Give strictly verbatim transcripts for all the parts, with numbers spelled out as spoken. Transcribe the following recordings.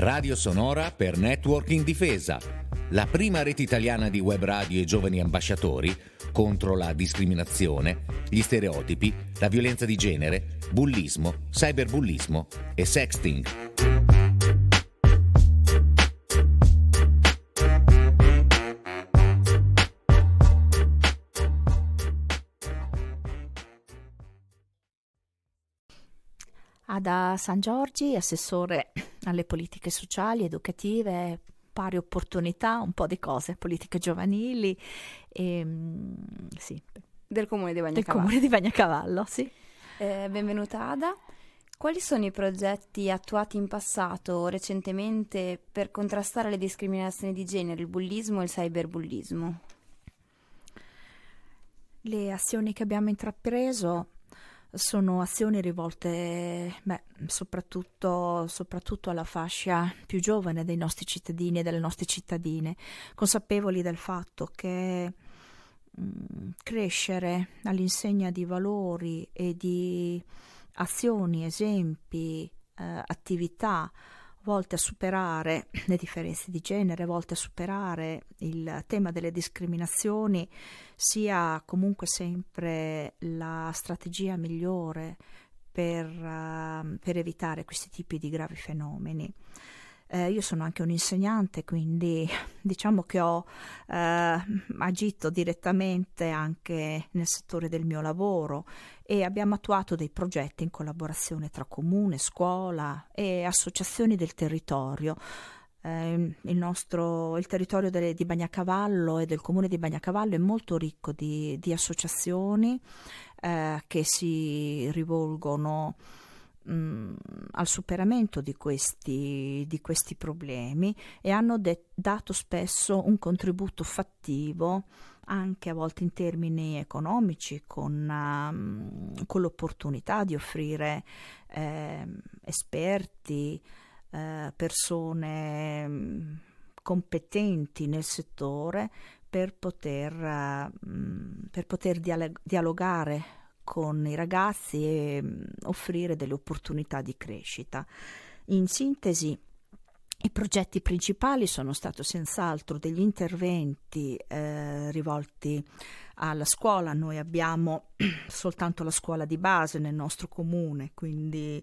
Radio Sonora per Networking Difesa, la prima rete italiana di web radio e giovani ambasciatori contro la discriminazione, gli stereotipi, la violenza di genere, bullismo, cyberbullismo e sexting. Ada Sangiorgi, assessore alle politiche sociali, educative, pari opportunità, un po' di cose, politiche giovanili e, sì, del comune di Bagnacavallo. Del comune di Bagnacavallo, sì. Eh, benvenuta Ada. Quali sono i progetti attuati in passato o recentemente per contrastare le discriminazioni di genere, il bullismo e il cyberbullismo? Le azioni che abbiamo intrapreso sono azioni rivolte beh, soprattutto, soprattutto alla fascia più giovane dei nostri cittadini e delle nostre cittadine, consapevoli del fatto che mh, crescere all'insegna di valori e di azioni, esempi, eh, attività volte a superare le differenze di genere, volte a superare il tema delle discriminazioni, sia comunque sempre la strategia migliore per, uh, per evitare questi tipi di gravi fenomeni. Eh, io sono anche un insegnante, quindi diciamo che ho eh, agito direttamente anche nel settore del mio lavoro e abbiamo attuato dei progetti in collaborazione tra comune, scuola e associazioni del territorio. Eh, il nostro il territorio delle, di Bagnacavallo e del comune di Bagnacavallo è molto ricco di, di associazioni eh, che si rivolgono al superamento di questi, di questi problemi e hanno de- dato spesso un contributo fattivo anche a volte in termini economici, con, um, con l'opportunità di offrire eh, esperti, eh, persone um, competenti nel settore per poter, uh, per poter dialog- dialogare con i ragazzi e mh, offrire delle opportunità di crescita. In sintesi, i progetti principali sono stati senz'altro degli interventi eh, rivolti alla scuola. Noi abbiamo soltanto la scuola di base nel nostro comune, quindi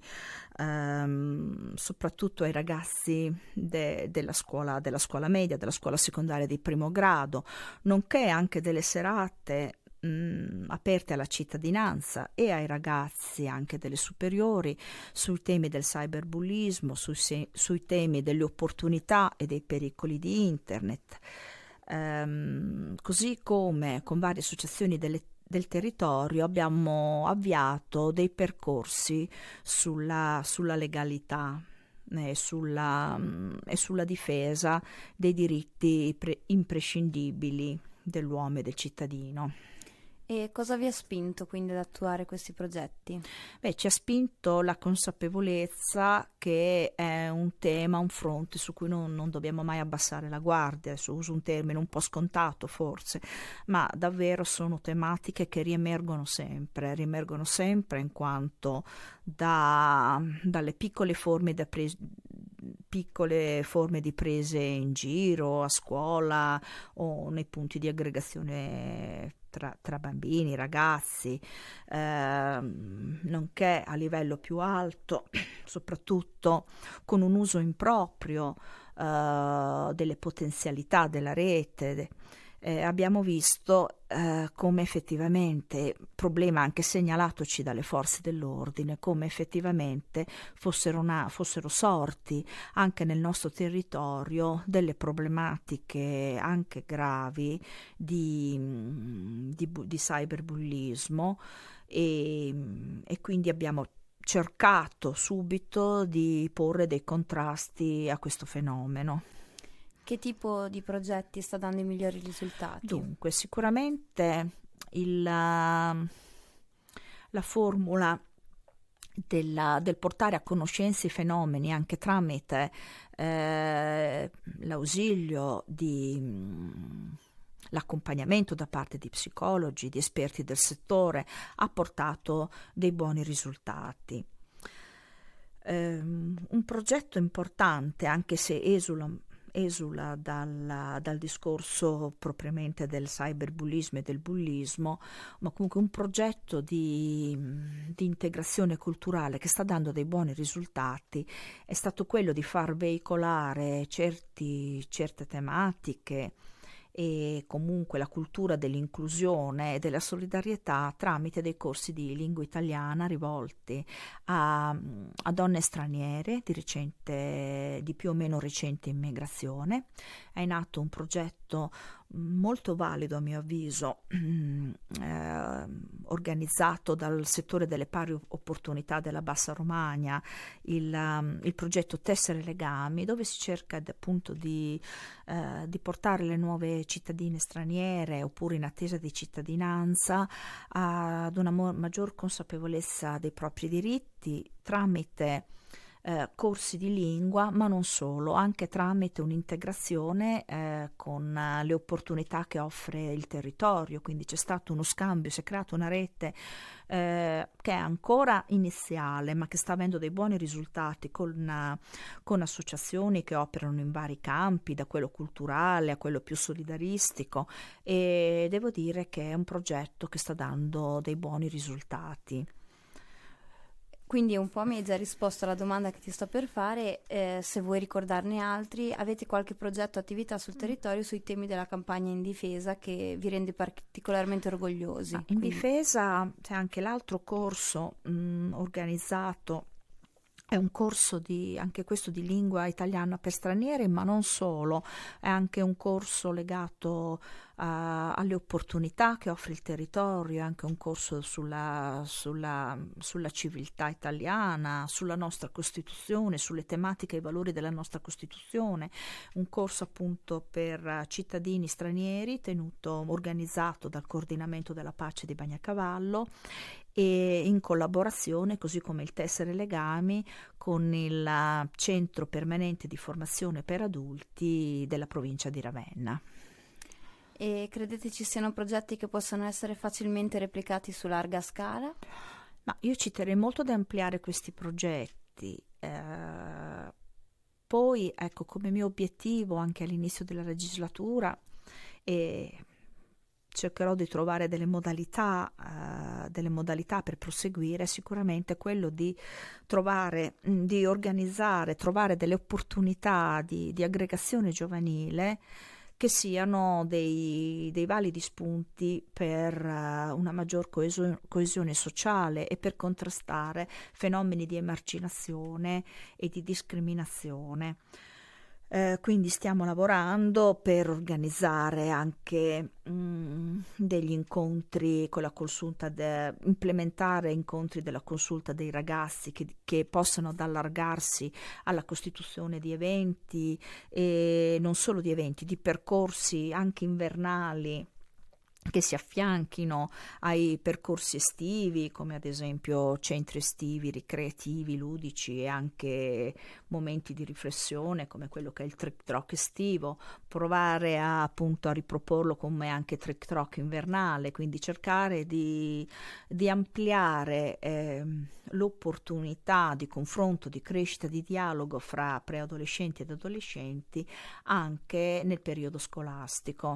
ehm, soprattutto ai ragazzi de- della scuola, della scuola media, della scuola secondaria di primo grado, nonché anche delle serate Mh, aperte alla cittadinanza e ai ragazzi anche delle superiori sui temi del cyberbullismo, sui, se- sui temi delle opportunità e dei pericoli di internet, ehm, così come con varie associazioni delle, del territorio abbiamo avviato dei percorsi sulla, sulla legalità e sulla, mh, e sulla difesa dei diritti pre- imprescindibili dell'uomo e del cittadino. E cosa vi ha spinto quindi ad attuare questi progetti? Beh, ci ha spinto la consapevolezza che è un tema, un fronte su cui non, non dobbiamo mai abbassare la guardia. Adesso uso un termine un po' scontato forse, ma davvero sono tematiche che riemergono sempre, riemergono sempre in quanto da, dalle piccole forme da pres- piccole forme di prese in giro, a scuola o nei punti di aggregazione Tra, tra bambini, ragazzi, ehm, nonché a livello più alto, soprattutto con un uso improprio eh, delle potenzialità della rete. De, eh, abbiamo visto eh, come effettivamente, problema anche segnalatoci dalle forze dell'ordine, come effettivamente fossero, una, fossero sorti anche nel nostro territorio delle problematiche anche gravi di, di, di cyberbullismo e, e quindi abbiamo cercato subito di porre dei contrasti a questo fenomeno. Che tipo di progetti sta dando i migliori risultati? Dunque, sicuramente il, la, la formula della, del portare a conoscenza i fenomeni anche tramite eh, l'ausilio di mh, l'accompagnamento da parte di psicologi, di esperti del settore, ha portato dei buoni risultati. ehm, un progetto importante, anche se esula esula dal, dal discorso propriamente del cyberbullismo e del bullismo, ma comunque un progetto di, di integrazione culturale che sta dando dei buoni risultati è stato quello di far veicolare certi, certe tematiche e comunque la cultura dell'inclusione e della solidarietà tramite dei corsi di lingua italiana rivolti a, a donne straniere di, recente, di più o meno recente immigrazione. È in atto un progetto molto valido a mio avviso, eh, organizzato dal settore delle pari opportunità della Bassa Romagna, il, um, il progetto Tessere Legami, dove si cerca appunto di, eh, di portare le nuove cittadine straniere oppure in attesa di cittadinanza ad una mo- maggior consapevolezza dei propri diritti tramite Eh, corsi di lingua, ma non solo, anche tramite un'integrazione eh, con eh, le opportunità che offre il territorio. Quindi c'è stato uno scambio, si è creata una rete eh, che è ancora iniziale, ma che sta avendo dei buoni risultati con, uh, con associazioni che operano in vari campi, da quello culturale a quello più solidaristico, e devo dire che è un progetto che sta dando dei buoni risultati. Quindi un po' mi hai già risposto alla domanda che ti sto per fare, eh, se vuoi ricordarne altri, avete qualche progetto o attività sul territorio sui temi della campagna in difesa che vi rende particolarmente orgogliosi? In Quindi... difesa c'è anche l'altro corso mh, organizzato, è un corso di, anche questo di lingua italiana per stranieri, ma non solo, è anche un corso legato uh, alle opportunità che offre il territorio, è anche un corso sulla, sulla, sulla civiltà italiana, sulla nostra Costituzione, sulle tematiche e i valori della nostra Costituzione, un corso appunto per cittadini stranieri tenuto, organizzato dal Coordinamento della Pace di Bagnacavallo e in collaborazione, così come il Tessere Legami, con il Centro Permanente di Formazione per Adulti della provincia di Ravenna. E credete ci siano progetti che possano essere facilmente replicati su larga scala? Ma io ci terrei molto ad ampliare questi progetti. Eh, poi, ecco, come mio obiettivo anche all'inizio della legislatura, e cercherò di trovare delle modalità, uh, delle modalità per proseguire, sicuramente quello di trovare, mh, di organizzare, trovare delle opportunità di, di aggregazione giovanile che siano dei, dei validi spunti per uh, una maggior coesio- coesione sociale e per contrastare fenomeni di emarginazione e di discriminazione. Eh, quindi stiamo lavorando per organizzare anche mh, degli incontri con la consulta, de, implementare incontri della consulta dei ragazzi che, che possano allargarsi alla costituzione di eventi e non solo di eventi, di percorsi anche invernali che si affianchino ai percorsi estivi, come ad esempio centri estivi, ricreativi, ludici e anche momenti di riflessione come quello che è il trick track estivo, provare a, appunto a riproporlo come anche trick track invernale, quindi cercare di, di ampliare eh, l'opportunità di confronto, di crescita, di dialogo fra preadolescenti ed adolescenti anche nel periodo scolastico.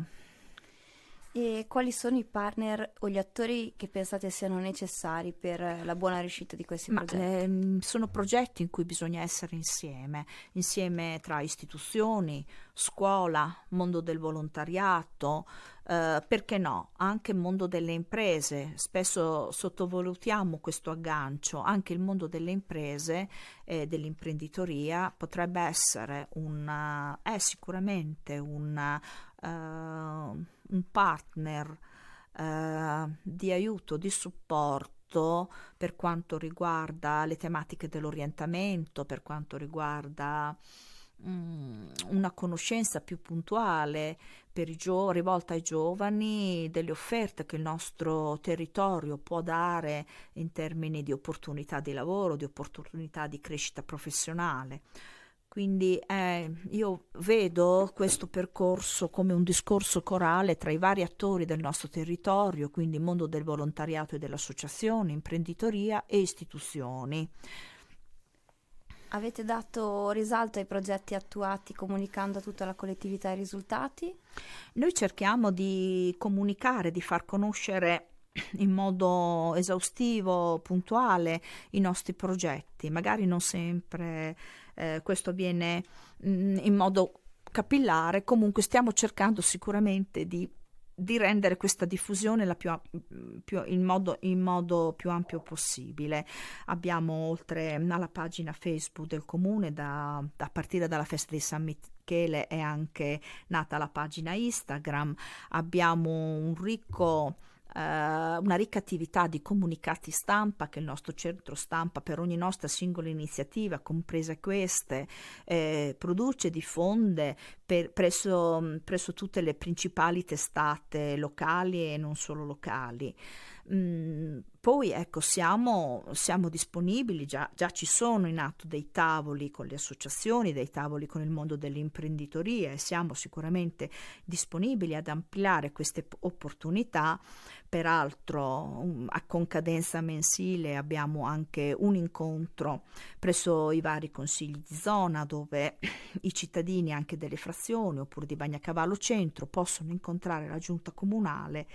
E quali sono i partner o gli attori che pensate siano necessari per la buona riuscita di questi Ma, progetti? ehm, sono progetti in cui bisogna essere insieme, insieme tra istituzioni, scuola, mondo del volontariato, eh, perché no, anche il mondo delle imprese. Spesso sottovalutiamo questo aggancio, anche il mondo delle imprese e eh, dell'imprenditoria potrebbe essere un, è sicuramente un Uh, un partner uh, di aiuto, di supporto per quanto riguarda le tematiche dell'orientamento, per quanto riguarda um, una conoscenza più puntuale per i gio- rivolta ai giovani delle offerte che il nostro territorio può dare in termini di opportunità di lavoro, di opportunità di crescita professionale. Quindi eh, io vedo questo percorso come un discorso corale tra i vari attori del nostro territorio, quindi mondo del volontariato e dell'associazione, imprenditoria e istituzioni. Avete dato risalto ai progetti attuati comunicando a tutta la collettività i risultati? Noi cerchiamo di comunicare, di far conoscere in modo esaustivo, puntuale i nostri progetti. Magari non sempre eh, questo avviene mh, in modo capillare, comunque stiamo cercando sicuramente di di rendere questa diffusione la più, più, in, modo, in modo più ampio possibile. Abbiamo, oltre alla pagina Facebook del comune, da, a partire dalla festa di San Michele è anche nata la pagina Instagram, abbiamo un ricco Uh, una ricca attività di comunicati stampa che il nostro centro stampa per ogni nostra singola iniziativa, comprese queste, eh, produce, diffonde per, presso, presso tutte le principali testate locali e non solo locali. Mm, poi ecco, siamo, siamo disponibili, già, già ci sono in atto dei tavoli con le associazioni, dei tavoli con il mondo dell'imprenditoria e siamo sicuramente disponibili ad ampliare queste opportunità. Peraltro a con cadenza mensile abbiamo anche un incontro presso i vari consigli di zona dove i cittadini anche delle frazioni oppure di Bagnacavallo Centro possono incontrare la giunta comunale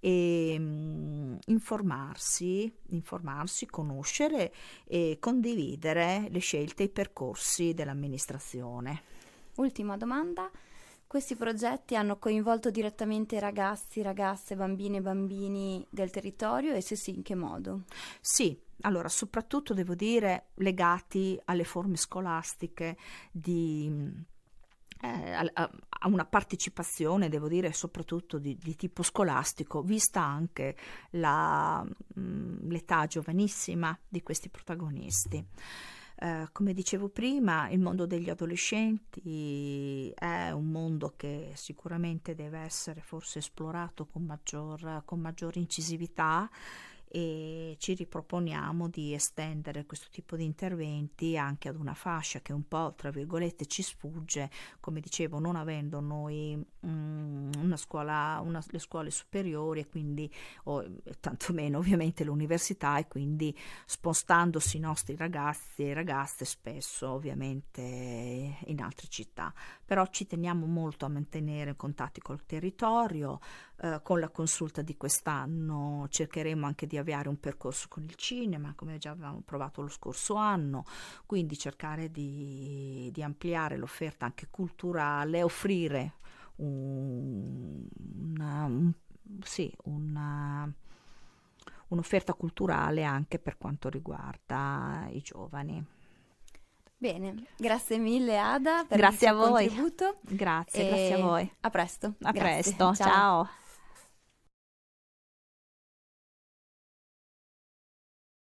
e mh, informarsi, informarsi, conoscere e condividere le scelte e i percorsi dell'amministrazione. Ultima domanda. Questi progetti hanno coinvolto direttamente ragazzi, ragazze, bambine e bambini del territorio e se sì, in che modo? Sì, allora soprattutto devo dire legati alle forme scolastiche di... Eh, a, a una partecipazione, devo dire, soprattutto di, di tipo scolastico, vista anche la, mh, l'età giovanissima di questi protagonisti. Eh, come dicevo prima, il mondo degli adolescenti è un mondo che sicuramente deve essere forse esplorato con maggior, con maggior incisività e ci riproponiamo di estendere questo tipo di interventi anche ad una fascia che un po' tra virgolette ci sfugge, come dicevo, non avendo noi um, una scuola, una, le scuole superiori e quindi o tantomeno ovviamente l'università, e quindi spostandosi i nostri ragazzi e ragazze spesso ovviamente in altre città. Però ci teniamo molto a mantenere contatti col territorio. Uh, con la consulta di quest'anno cercheremo anche di avviare un percorso con il cinema, come già avevamo provato lo scorso anno, quindi cercare di, di ampliare l'offerta anche culturale, offrire un, una, un, sì, una, un'offerta culturale anche per quanto riguarda i giovani. Bene, grazie mille Ada per grazie il tuo a voi. contributo. Grazie, grazie a voi. A presto. A Grazie. presto, ciao. ciao.